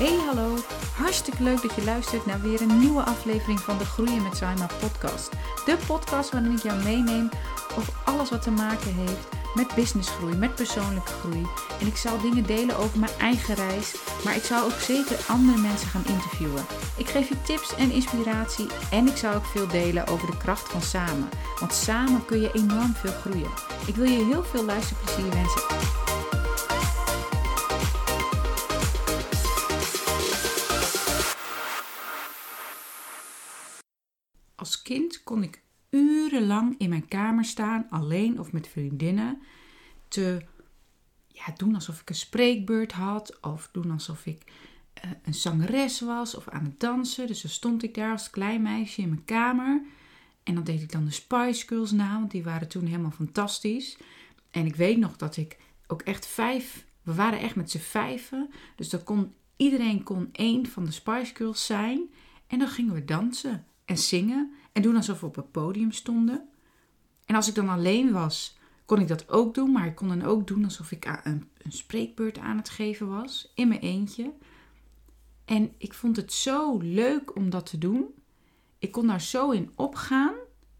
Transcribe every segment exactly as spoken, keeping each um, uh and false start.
Hey hallo, hartstikke leuk dat je luistert naar weer een nieuwe aflevering van de Groeien met Saima podcast. De podcast waarin ik jou meeneem over alles wat te maken heeft met businessgroei, met persoonlijke groei. En ik zal dingen delen over mijn eigen reis, maar ik zal ook zeker andere mensen gaan interviewen. Ik geef je tips en inspiratie en ik zal ook veel delen over de kracht van samen. Want samen kun je enorm veel groeien. Ik wil je heel veel luisterplezier wensen. Als kind kon ik urenlang in mijn kamer staan, alleen of met vriendinnen, te ja, doen alsof ik een spreekbeurt had, of doen alsof ik uh, een zangeres was, of aan het dansen. Dus dan stond ik daar als klein meisje in mijn kamer en dan deed ik dan de Spice Girls na, want die waren toen helemaal fantastisch. En ik weet nog dat ik ook echt vijf, we waren echt met z'n vijven, dus dan kon, iedereen kon één van de Spice Girls zijn en dan gingen we dansen. En zingen en doen alsof we op het podium stonden. En als ik dan alleen was, kon ik dat ook doen. Maar ik kon dan ook doen alsof ik een, een spreekbeurt aan het geven was. In mijn eentje. En ik vond het zo leuk om dat te doen. Ik kon daar zo in opgaan.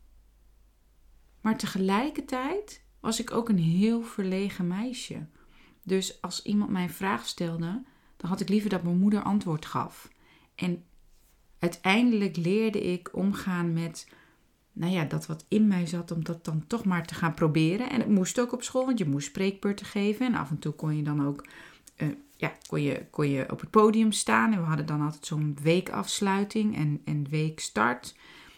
Maar tegelijkertijd was ik ook een heel verlegen meisje. Dus als iemand mij een vraag stelde, dan had ik liever dat mijn moeder antwoord gaf. En uiteindelijk leerde ik omgaan met, nou ja, dat wat in mij zat, om dat dan toch maar te gaan proberen. En het moest ook op school, want je moest spreekbeurten geven. En af en toe kon je dan ook, uh, ja, kon je, kon je op het podium staan. En we hadden dan altijd zo'n weekafsluiting en, en weekstart.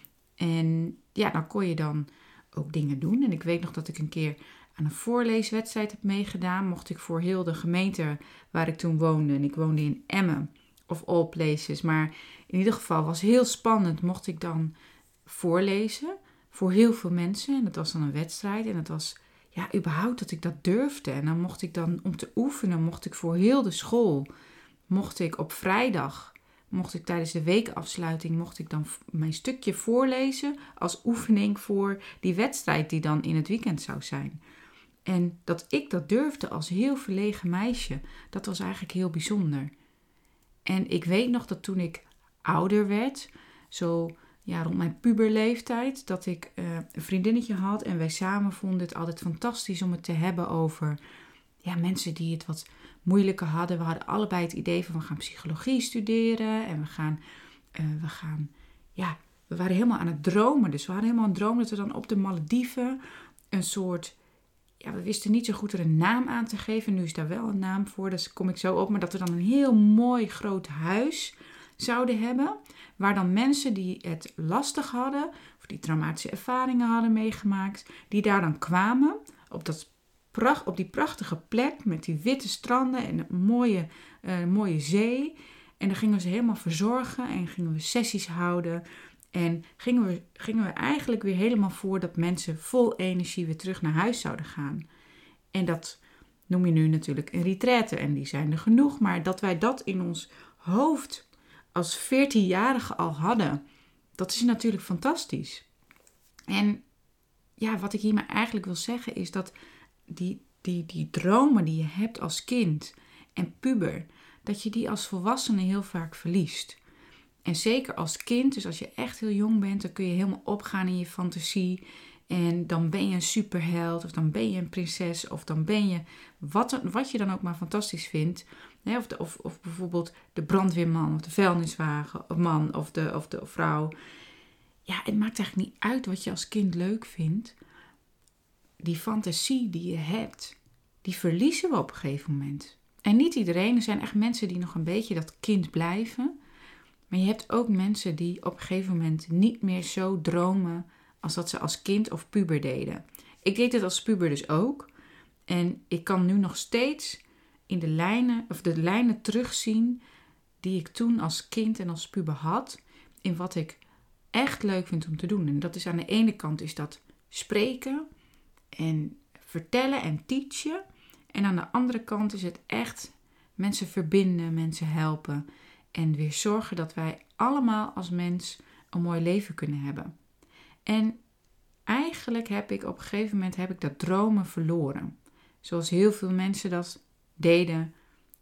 En ja, dan kon je dan ook dingen doen. En ik weet nog dat ik een keer aan een voorleeswedstrijd heb meegedaan. Mocht ik voor heel de gemeente waar ik toen woonde, en ik woonde in Emmen, of all places, maar in ieder geval was heel spannend, mocht ik dan voorlezen voor heel veel mensen. En dat was dan een wedstrijd en het was, ja, überhaupt dat ik dat durfde. En dan mocht ik dan, om te oefenen, mocht ik voor heel de school, mocht ik op vrijdag, mocht ik tijdens de weekafsluiting, mocht ik dan mijn stukje voorlezen als oefening voor die wedstrijd die dan in het weekend zou zijn. En dat ik dat durfde als heel verlegen meisje, dat was eigenlijk heel bijzonder. En ik weet nog dat toen ik ouder werd, zo ja, rond mijn puberleeftijd, dat ik uh, een vriendinnetje had en wij samen vonden het altijd fantastisch om het te hebben over ja, mensen die het wat moeilijker hadden. We hadden allebei het idee van we gaan psychologie studeren en we gaan, uh, we gaan, ja, we waren helemaal aan het dromen. Dus we hadden helemaal een droom dat we dan op de Malediven een soort, ja, we wisten niet zo goed er een naam aan te geven. Nu is daar wel een naam voor, daar kom ik zo op. Maar dat we dan een heel mooi groot huis zouden hebben. Waar dan mensen die het lastig hadden, of die traumatische ervaringen hadden meegemaakt, die daar dan kwamen op, dat pracht, op die prachtige plek met die witte stranden en een mooie, uh, mooie zee. En dan gingen we ze helemaal verzorgen en gingen we sessies houden. En gingen we, gingen we eigenlijk weer helemaal voor dat mensen vol energie weer terug naar huis zouden gaan. En dat noem je nu natuurlijk een retraite. En die zijn er genoeg. Maar dat wij dat in ons hoofd als veertienjarige al hadden, dat is natuurlijk fantastisch. En ja, wat ik hiermee eigenlijk wil zeggen is dat die, die, die dromen die je hebt als kind en puber, dat je die als volwassene heel vaak verliest. En zeker als kind, dus als je echt heel jong bent, dan kun je helemaal opgaan in je fantasie. En dan ben je een superheld, of dan ben je een prinses, of dan ben je wat, wat je dan ook maar fantastisch vindt. Of, de, of, of bijvoorbeeld de brandweerman, of de vuilniswagenman, of de, of de vrouw. Ja, het maakt eigenlijk niet uit wat je als kind leuk vindt. Die fantasie die je hebt, die verliezen we op een gegeven moment. En niet iedereen, er zijn echt mensen die nog een beetje dat kind blijven. Maar je hebt ook mensen die op een gegeven moment niet meer zo dromen als dat ze als kind of puber deden. Ik deed het als puber dus ook. En ik kan nu nog steeds in de lijnen, of de lijnen terugzien die ik toen als kind en als puber had. In wat ik echt leuk vind om te doen. En dat is aan de ene kant is dat spreken en vertellen en teachen. En aan de andere kant is het echt mensen verbinden, mensen helpen. En weer zorgen dat wij allemaal als mens een mooi leven kunnen hebben. En eigenlijk heb ik op een gegeven moment heb ik dat dromen verloren. Zoals heel veel mensen dat deden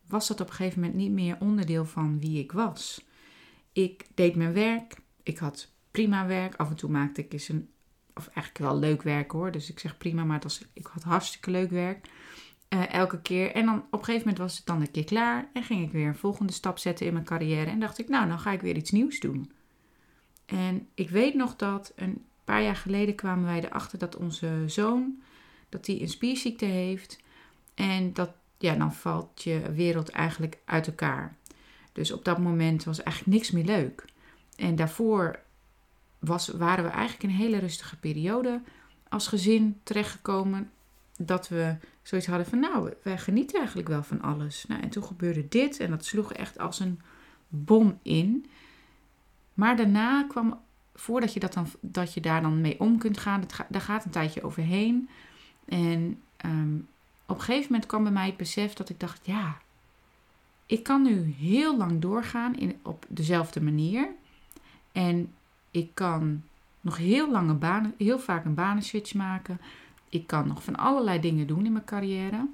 was dat op een gegeven moment niet meer onderdeel van wie ik was. Ik deed mijn werk. Ik had prima werk. Af en toe maakte ik eens een, of eigenlijk wel leuk werk hoor. Dus ik zeg prima, maar het was, ik had hartstikke leuk werk. Uh, elke keer. En dan op een gegeven moment was het dan een keer klaar. En ging ik weer een volgende stap zetten in mijn carrière. En dacht ik, nou, dan ga ik weer iets nieuws doen. En ik weet nog dat een paar jaar geleden kwamen wij erachter dat onze zoon, dat hij een spierziekte heeft. En dat, ja, dan valt je wereld eigenlijk uit elkaar. Dus op dat moment was eigenlijk niks meer leuk. En daarvoor was, waren we eigenlijk in een hele rustige periode als gezin terechtgekomen. Dat we zoiets hadden van, nou, wij genieten eigenlijk wel van alles. Nou, en toen gebeurde dit en dat sloeg echt als een bom in. Maar daarna kwam, voordat je, dat dan, dat je daar dan mee om kunt gaan, dat ga, daar gaat een tijdje overheen. En um, op een gegeven moment kwam bij mij het besef dat ik dacht, ja, ik kan nu heel lang doorgaan in, op dezelfde manier. En ik kan nog heel, lange banen, heel vaak een banenswitch maken. Ik kan nog van allerlei dingen doen in mijn carrière.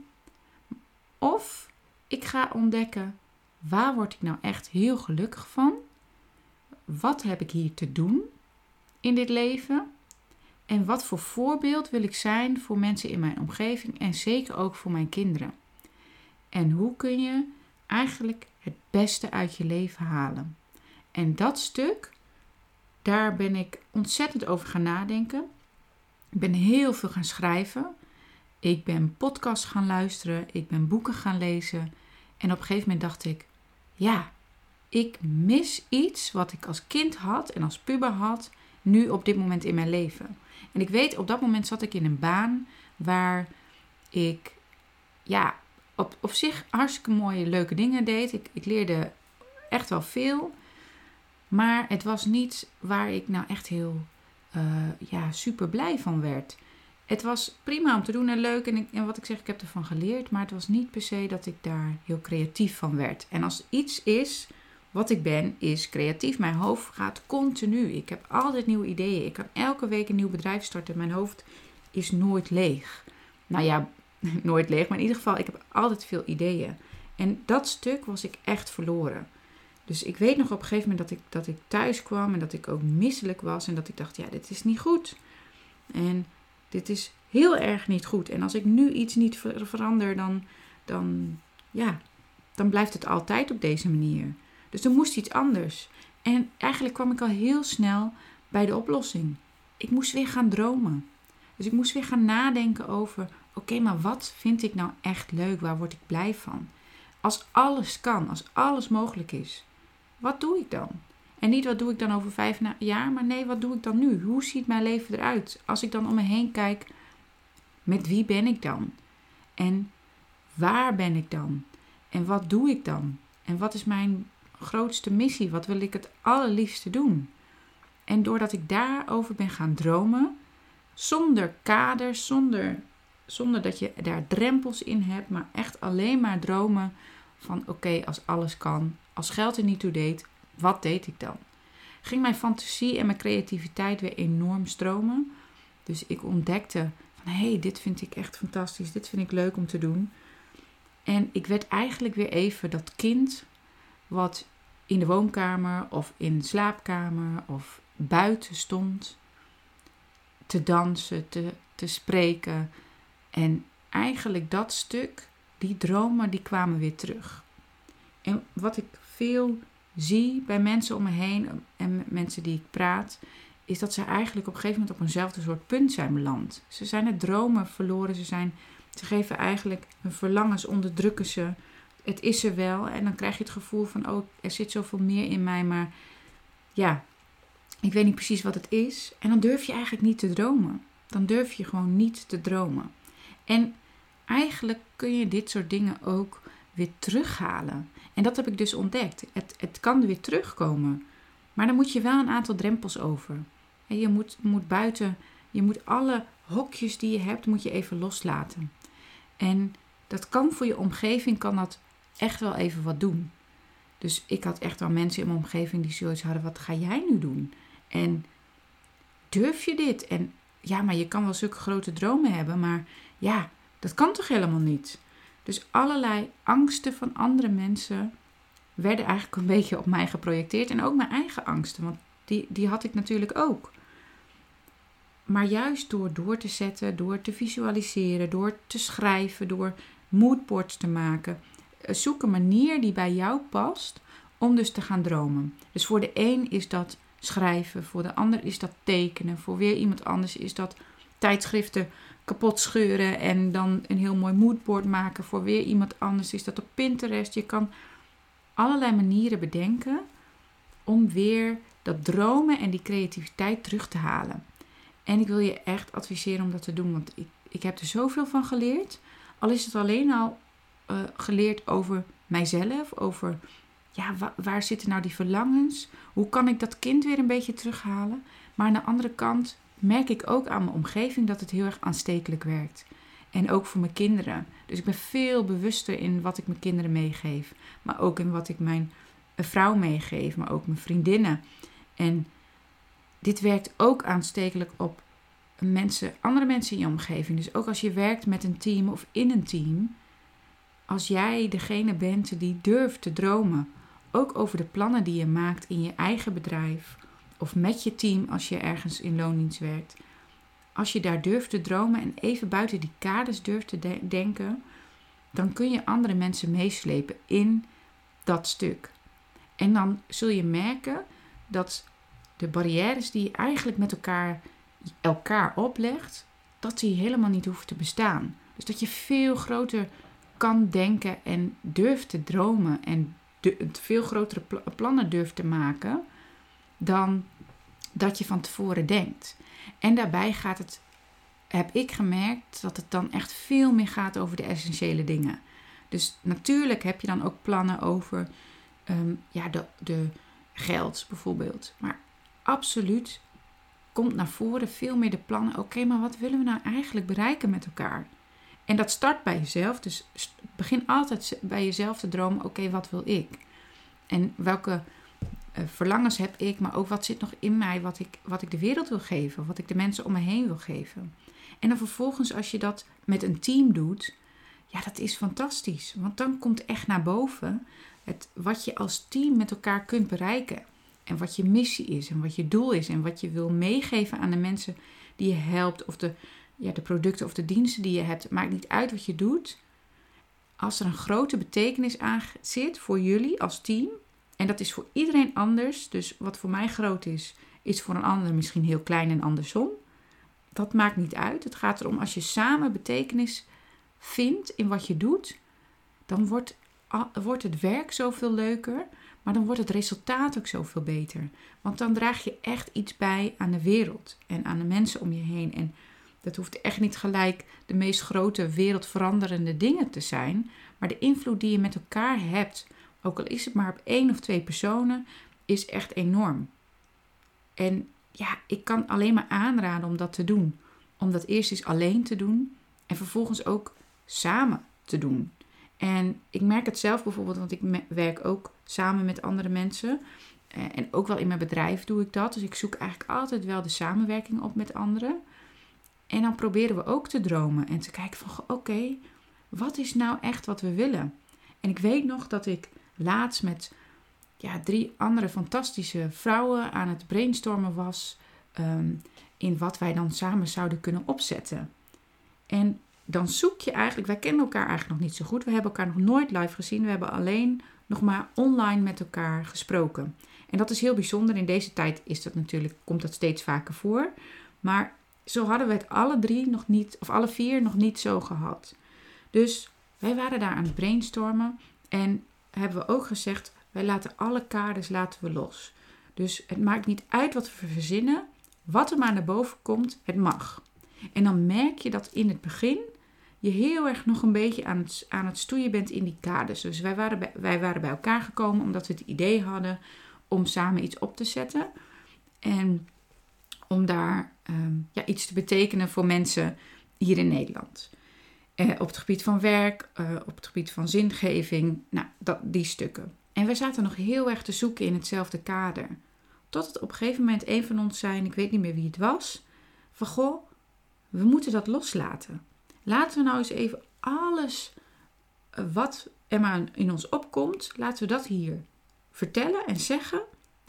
Of ik ga ontdekken, waar word ik nou echt heel gelukkig van? Wat heb ik hier te doen in dit leven? En wat voor voorbeeld wil ik zijn voor mensen in mijn omgeving en zeker ook voor mijn kinderen? En hoe kun je eigenlijk het beste uit je leven halen? En dat stuk, daar ben ik ontzettend over gaan nadenken. Ik ben heel veel gaan schrijven. Ik ben podcasts gaan luisteren. Ik ben boeken gaan lezen. En op een gegeven moment dacht ik, ja, ik mis iets wat ik als kind had en als puber had, nu op dit moment in mijn leven. En ik weet, op dat moment zat ik in een baan waar ik, ja, op, op zich hartstikke mooie, leuke dingen deed. Ik, ik leerde echt wel veel. Maar het was niet waar ik nou echt heel uh, ja, super blij van werd. Het was prima om te doen en leuk. En, ik, en wat ik zeg, ik heb ervan geleerd. Maar het was niet per se dat ik daar heel creatief van werd. En als iets is wat ik ben, is creatief. Mijn hoofd gaat continu. Ik heb altijd nieuwe ideeën. Ik kan elke week een nieuw bedrijf starten. Mijn hoofd is nooit leeg. Nou ja, nooit leeg. Maar in ieder geval, ik heb altijd veel ideeën. En dat stuk was ik echt verloren. Dus ik weet nog op een gegeven moment dat ik, dat ik thuis kwam en dat ik ook misselijk was. En dat ik dacht, ja, dit is niet goed. En dit is heel erg niet goed. En als ik nu iets niet ver- verander, dan, dan, ja, dan blijft het altijd op deze manier. Dus er moest iets anders. En eigenlijk kwam ik al heel snel bij de oplossing. Ik moest weer gaan dromen. Dus ik moest weer gaan nadenken over, oké, okay, maar wat vind ik nou echt leuk? Waar word ik blij van? Als alles kan, als alles mogelijk is, wat doe ik dan? En niet wat doe ik dan over vijf jaar, maar nee, wat doe ik dan nu? Hoe ziet mijn leven eruit? Als ik dan om me heen kijk, met wie ben ik dan? En waar ben ik dan? En wat doe ik dan? En wat is mijn grootste missie? Wat wil ik het allerliefste doen? En doordat ik daarover ben gaan dromen, zonder kaders, zonder, zonder dat je daar drempels in hebt, maar echt alleen maar dromen van oké, okay, als alles kan, als geld er niet toe deed, wat deed ik dan? Ging mijn fantasie en mijn creativiteit weer enorm stromen. Dus ik ontdekte van hé, hey, dit vind ik echt fantastisch, dit vind ik leuk om te doen. En ik werd eigenlijk weer even dat kind wat in de woonkamer of in de slaapkamer of buiten stond te dansen, te, te spreken. En eigenlijk dat stuk, die dromen, die kwamen weer terug. En wat ik veel zie bij mensen om me heen en met mensen die ik praat, is dat ze eigenlijk op een gegeven moment op eenzelfde soort punt zijn beland. Ze zijn het dromen verloren, ze, zijn, ze geven eigenlijk hun verlangens, onderdrukken ze. Het is er wel en dan krijg je het gevoel van, oh, er zit zoveel meer in mij, maar ja, ik weet niet precies wat het is. En dan durf je eigenlijk niet te dromen. Dan durf je gewoon niet te dromen. En eigenlijk kun je dit soort dingen ook weer terughalen. En dat heb ik dus ontdekt. Het, het kan weer terugkomen. Maar dan moet je wel een aantal drempels over. En je moet, moet buiten, je moet alle hokjes die je hebt, moet je even loslaten. En dat kan voor je omgeving, kan dat echt wel even wat doen. Dus ik had echt wel mensen in mijn omgeving die zoiets hadden, wat ga jij nu doen? En durf je dit? En ja, maar je kan wel zulke grote dromen hebben, maar ja, dat kan toch helemaal niet? Dus allerlei angsten van andere mensen werden eigenlijk een beetje op mij geprojecteerd. En ook mijn eigen angsten, want die, die had ik natuurlijk ook. Maar juist door door te zetten, door te visualiseren, door te schrijven, door moodboards te maken. Zoek een manier die bij jou past om dus te gaan dromen. Dus voor de een is dat schrijven, voor de ander is dat tekenen. Voor weer iemand anders is dat tijdschriften kapot scheuren en dan een heel mooi moodboard maken. Voor weer iemand anders is dat op Pinterest. Je kan allerlei manieren bedenken om weer dat dromen en die creativiteit terug te halen. En ik wil je echt adviseren om dat te doen, want ik, ik heb er zoveel van geleerd. Al is het alleen al uh, geleerd over mijzelf, over ja, wa- waar zitten nou die verlangens? Hoe kan ik dat kind weer een beetje terughalen? Maar aan de andere kant merk ik ook aan mijn omgeving dat het heel erg aanstekelijk werkt. En ook voor mijn kinderen. Dus ik ben veel bewuster in wat ik mijn kinderen meegeef. Maar ook in wat ik mijn vrouw meegeef, maar ook mijn vriendinnen. En dit werkt ook aanstekelijk op mensen, andere mensen in je omgeving. Dus ook als je werkt met een team of in een team. Als jij degene bent die durft te dromen. Ook over de plannen die je maakt in je eigen bedrijf. Of met je team als je ergens in loondienst werkt. Als je daar durft te dromen en even buiten die kaders durft te de- denken. Dan kun je andere mensen meeslepen in dat stuk. En dan zul je merken dat de barrières die je eigenlijk met elkaar, elkaar oplegt, dat die helemaal niet hoeven te bestaan. Dus dat je veel groter kan denken en durft te dromen en de, veel grotere pl- plannen durft te maken dan dat je van tevoren denkt. En daarbij gaat het, heb ik gemerkt, dat het dan echt veel meer gaat over de essentiële dingen. Dus natuurlijk heb je dan ook plannen over um, ja, de, de geld bijvoorbeeld. Maar absoluut komt naar voren veel meer de plannen. Oké, okay, maar wat willen we nou eigenlijk bereiken met elkaar? En dat start bij jezelf. Dus begin altijd bij jezelf te dromen. Oké, okay, wat wil ik? En welke uh, verlangens heb ik? Maar ook wat zit nog in mij? Wat ik, wat ik de wereld wil geven? Wat ik de mensen om me heen wil geven? En dan vervolgens als je dat met een team doet. Ja, dat is fantastisch. Want dan komt echt naar boven het, wat je als team met elkaar kunt bereiken. En wat je missie is en wat je doel is. En wat je wil meegeven aan de mensen die je helpt. Of de, ja, de producten of de diensten die je hebt. Het maakt niet uit wat je doet. Als er een grote betekenis aan zit voor jullie als team. En dat is voor iedereen anders. Dus wat voor mij groot is, is voor een ander misschien heel klein en andersom. Dat maakt niet uit. Het gaat erom als je samen betekenis vindt in wat je doet. Dan wordt, wordt het werk zoveel leuker. Maar dan wordt het resultaat ook zoveel beter. Want dan draag je echt iets bij aan de wereld. En aan de mensen om je heen. En dat hoeft echt niet gelijk de meest grote wereldveranderende dingen te zijn. Maar de invloed die je met elkaar hebt. Ook al is het maar op één of twee personen. Is echt enorm. En ja, ik kan alleen maar aanraden om dat te doen. Om dat eerst eens alleen te doen. En vervolgens ook samen te doen. En ik merk het zelf bijvoorbeeld, want ik me- werk ook samen met andere mensen. Eh, en ook wel in mijn bedrijf doe ik dat. Dus ik zoek eigenlijk altijd wel de samenwerking op met anderen. En dan proberen we ook te dromen. En te kijken van, oké, okay, wat is nou echt wat we willen? En ik weet nog dat ik laatst met ja, drie andere fantastische vrouwen aan het brainstormen was. Um, in wat wij dan samen zouden kunnen opzetten. En dan zoek je eigenlijk, wij kennen elkaar eigenlijk nog niet zo goed. We hebben elkaar nog nooit live gezien. We hebben alleen nog maar online met elkaar gesproken. En dat is heel bijzonder. In deze tijd is dat natuurlijk, komt dat steeds vaker voor. Maar zo hadden we het alle drie nog niet, of alle vier nog niet zo gehad. Dus wij waren daar aan het brainstormen. En hebben we ook gezegd, wij laten alle kaders laten we los. Dus het maakt niet uit wat we verzinnen. Wat er maar naar boven komt, het mag. En dan merk je dat in het begin je heel erg nog een beetje aan het, aan het stoeien bent in die kaders. Dus wij waren, bij, wij waren bij elkaar gekomen omdat we het idee hadden om samen iets op te zetten. En om daar um, ja, iets te betekenen voor mensen hier in Nederland. Uh, op het gebied van werk, uh, op het gebied van zingeving, nou, dat, die stukken. En we zaten nog heel erg te zoeken in hetzelfde kader. Tot het op een gegeven moment een van ons zei, ik weet niet meer wie het was, van goh, we moeten dat loslaten. Laten we nou eens even alles wat er maar in ons opkomt, laten we dat hier vertellen en zeggen.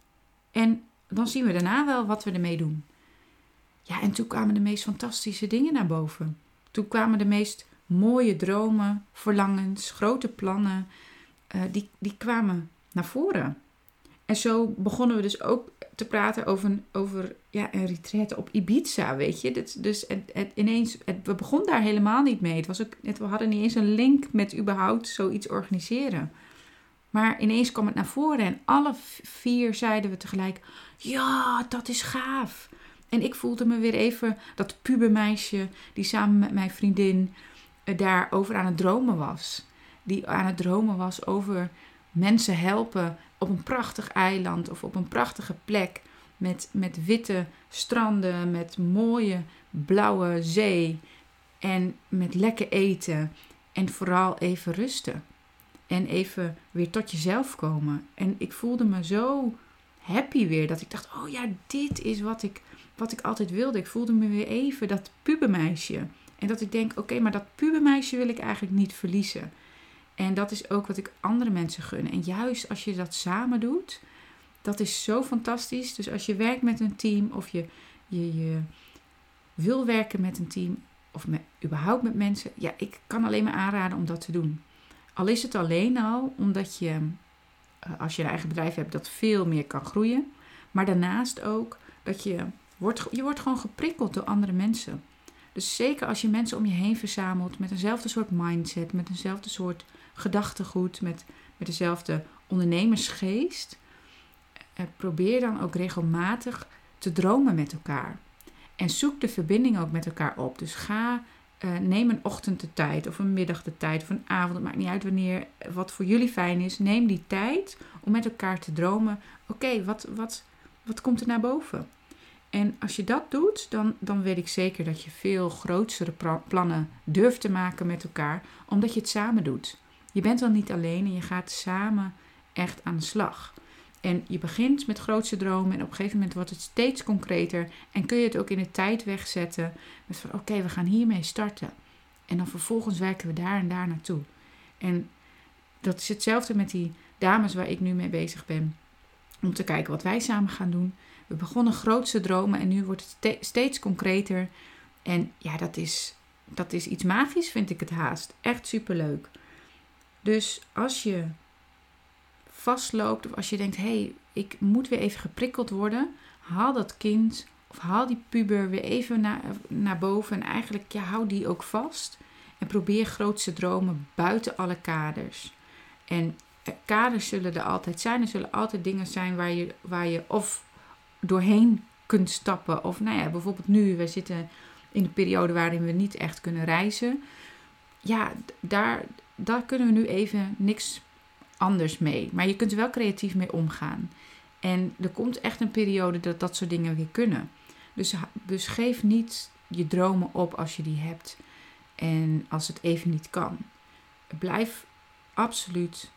En dan zien we daarna wel wat we ermee doen. Ja, en toen kwamen de meest fantastische dingen naar boven. Toen kwamen de meest mooie dromen, verlangens, grote plannen. Uh, die, die kwamen naar voren. En zo begonnen we dus ook te praten over, over ja, een retraite op Ibiza, weet je. Dus, dus het, het, ineens, het, we begonnen daar helemaal niet mee. Het was ook, het, we hadden niet eens een link met überhaupt zoiets organiseren. Maar ineens kwam het naar voren en alle vier zeiden we tegelijk, ja, dat is gaaf. En ik voelde me weer even dat pubermeisje die samen met mijn vriendin daarover aan het dromen was. Die aan het dromen was over mensen helpen op een prachtig eiland of op een prachtige plek. Met, met witte stranden, met mooie blauwe zee en met lekker eten. En vooral even rusten. En even weer tot jezelf komen. En ik voelde me zo happy weer dat ik dacht, oh ja, dit is wat ik, wat ik altijd wilde. Ik voelde me weer even dat pubermeisje. En dat ik denk, oké, okay, maar dat pubermeisje wil ik eigenlijk niet verliezen. En dat is ook wat ik andere mensen gun. En juist als je dat samen doet, dat is zo fantastisch. Dus als je werkt met een team of je, je, je wil werken met een team of met, überhaupt met mensen. Ja, ik kan alleen maar aanraden om dat te doen. Al is het alleen al omdat je, als je een eigen bedrijf hebt, dat veel meer kan groeien. Maar daarnaast ook dat je wordt, je wordt gewoon geprikkeld door andere mensen. Dus zeker als je mensen om je heen verzamelt met eenzelfde soort mindset, met eenzelfde soort gedachtegoed, met, met dezelfde ondernemersgeest. Eh, probeer dan ook regelmatig te dromen met elkaar. En zoek de verbinding ook met elkaar op. Dus ga, uh, neem een ochtend de tijd of een middag de tijd of een avond. Het maakt niet uit wanneer, wat voor jullie fijn is. Neem die tijd om met elkaar te dromen. Oké, okay, wat, wat, wat komt er naar boven? En als je dat doet, dan, dan weet ik zeker dat je veel grotere pra- plannen durft te maken met elkaar. Omdat je het samen doet. Je bent dan niet alleen en je gaat samen echt aan de slag. En je begint met grootste dromen en op een gegeven moment wordt het steeds concreter. En kun je het ook in de tijd wegzetten. Met van oké, okay, we gaan hiermee starten. En dan vervolgens werken we daar en daar naartoe. En dat is hetzelfde met die dames waar ik nu mee bezig ben. Om te kijken wat wij samen gaan doen. We begonnen grootste dromen en nu wordt het ste- steeds concreter. En ja, dat is, dat is iets magisch, vind ik het haast. Echt superleuk. Dus als je vastloopt of als je denkt, hé, hey, ik moet weer even geprikkeld worden. Haal dat kind of haal die puber weer even naar, naar boven. En eigenlijk, ja, hou die ook vast. En probeer grootste dromen buiten alle kaders. En kaders zullen er altijd zijn. Er zullen altijd dingen zijn waar je, waar je of doorheen kunt stappen. Of nou ja, bijvoorbeeld nu, we zitten in een periode waarin we niet echt kunnen reizen. Ja, daar, daar kunnen we nu even niks anders mee. Maar je kunt er wel creatief mee omgaan. En er komt echt een periode dat dat soort dingen weer kunnen. Dus, dus geef niet je dromen op als je die hebt. En als het even niet kan. Blijf absoluut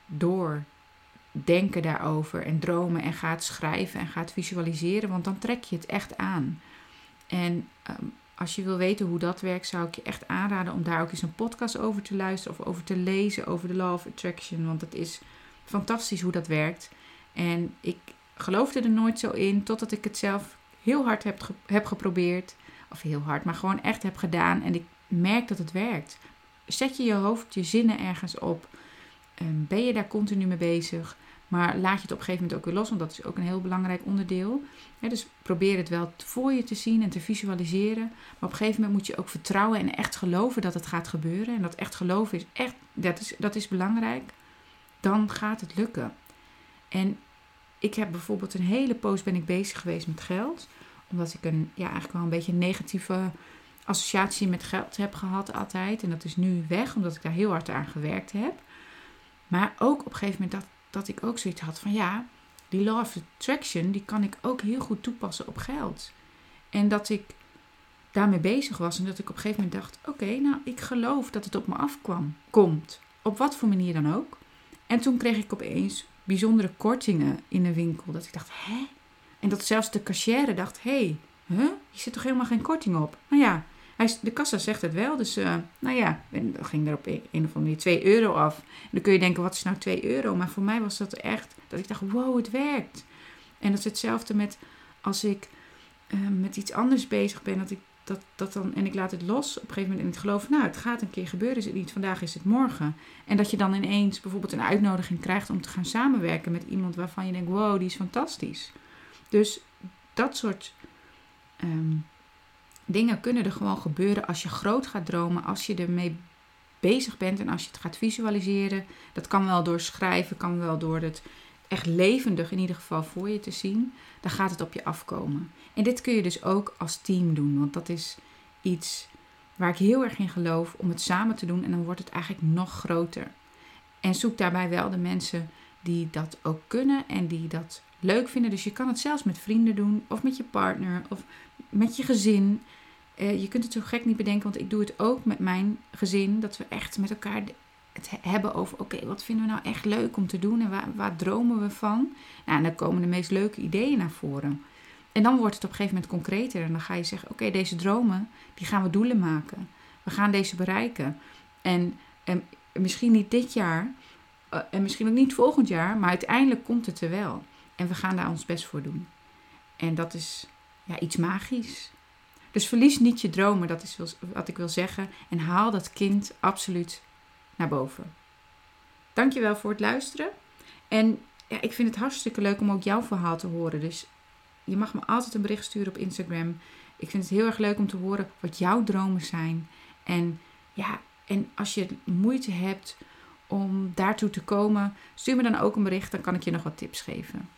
doordenken daarover. En dromen en ga het schrijven en ga het visualiseren. Want dan trek je het echt aan. En um, als je wil weten hoe dat werkt, zou ik je echt aanraden om daar ook eens een podcast over te luisteren. Of over te lezen over de Law of Attraction. Want het is fantastisch hoe dat werkt. En ik geloofde er nooit zo in, totdat ik het zelf heel hard heb, ge- heb geprobeerd. Of heel hard, maar gewoon echt heb gedaan. En ik merk dat het werkt. Zet je je hoofd, je zinnen ergens op. Um, ben je daar continu mee bezig. Maar laat je het op een gegeven moment ook weer los. Want dat is ook een heel belangrijk onderdeel. Ja, dus probeer het wel voor je te zien en te visualiseren. Maar op een gegeven moment moet je ook vertrouwen en echt geloven dat het gaat gebeuren. En dat echt geloven is echt, dat is, dat is belangrijk. Dan gaat het lukken. En ik heb bijvoorbeeld een hele poos ben ik bezig geweest met geld. Omdat ik een, ja, eigenlijk wel een beetje een negatieve associatie met geld heb gehad altijd. En dat is nu weg, omdat ik daar heel hard aan gewerkt heb. Maar ook op een gegeven moment dat, dat ik ook zoiets had van ja, die Law of Attraction, die kan ik ook heel goed toepassen op geld. En dat ik daarmee bezig was en dat ik op een gegeven moment dacht, oké, okay, nou, ik geloof dat het op me afkwam, komt. Op wat voor manier dan ook. En toen kreeg ik opeens bijzondere kortingen in de winkel. Dat ik dacht, hè? En dat zelfs de cashier dacht, hé, hey, huh? Hier zit toch helemaal geen korting op? Nou ja, Hij, de kassa zegt het wel, dus uh, nou ja, en dan ging er op een, een of andere manier twee euro af. En dan kun je denken, wat is nou twee euro? Maar voor mij was dat echt, dat ik dacht, wow, het werkt. En dat is hetzelfde met als ik uh, met iets anders bezig ben, dat ik dat, dat dan, en ik laat het los op een gegeven moment in het geloof, nou, het gaat een keer gebeuren, is het niet vandaag, is het morgen. En dat je dan ineens bijvoorbeeld een uitnodiging krijgt om te gaan samenwerken met iemand waarvan je denkt, wow, die is fantastisch. Dus dat soort um, dingen kunnen er gewoon gebeuren als je groot gaat dromen, als je ermee bezig bent en als je het gaat visualiseren. Dat kan wel door schrijven, kan wel door het echt levendig in ieder geval voor je te zien. Dan gaat het op je afkomen. En dit kun je dus ook als team doen, want dat is iets waar ik heel erg in geloof om het samen te doen en dan wordt het eigenlijk nog groter. En zoek daarbij wel de mensen die dat ook kunnen en die dat leuk vinden. Dus je kan het zelfs met vrienden doen of met je partner of met je gezin. Uh, je kunt het zo gek niet bedenken, want ik doe het ook met mijn gezin. Dat we echt met elkaar het hebben over, oké, okay, wat vinden we nou echt leuk om te doen en waar, waar dromen we van? Nou, en dan komen de meest leuke ideeën naar voren. En dan wordt het op een gegeven moment concreter. En dan ga je zeggen, oké, okay, deze dromen, die gaan we doelen maken. We gaan deze bereiken. En, en misschien niet dit jaar, uh, en misschien ook niet volgend jaar, maar uiteindelijk komt het er wel. En we gaan daar ons best voor doen. En dat is ja, iets magisch. Dus verlies niet je dromen, dat is wat ik wil zeggen. En haal dat kind absoluut naar boven. Dankjewel voor het luisteren. En ja, ik vind het hartstikke leuk om ook jouw verhaal te horen. Dus je mag me altijd een bericht sturen op Instagram. Ik vind het heel erg leuk om te horen wat jouw dromen zijn. En ja, en als je moeite hebt om daartoe te komen, stuur me dan ook een bericht. Dan kan ik je nog wat tips geven.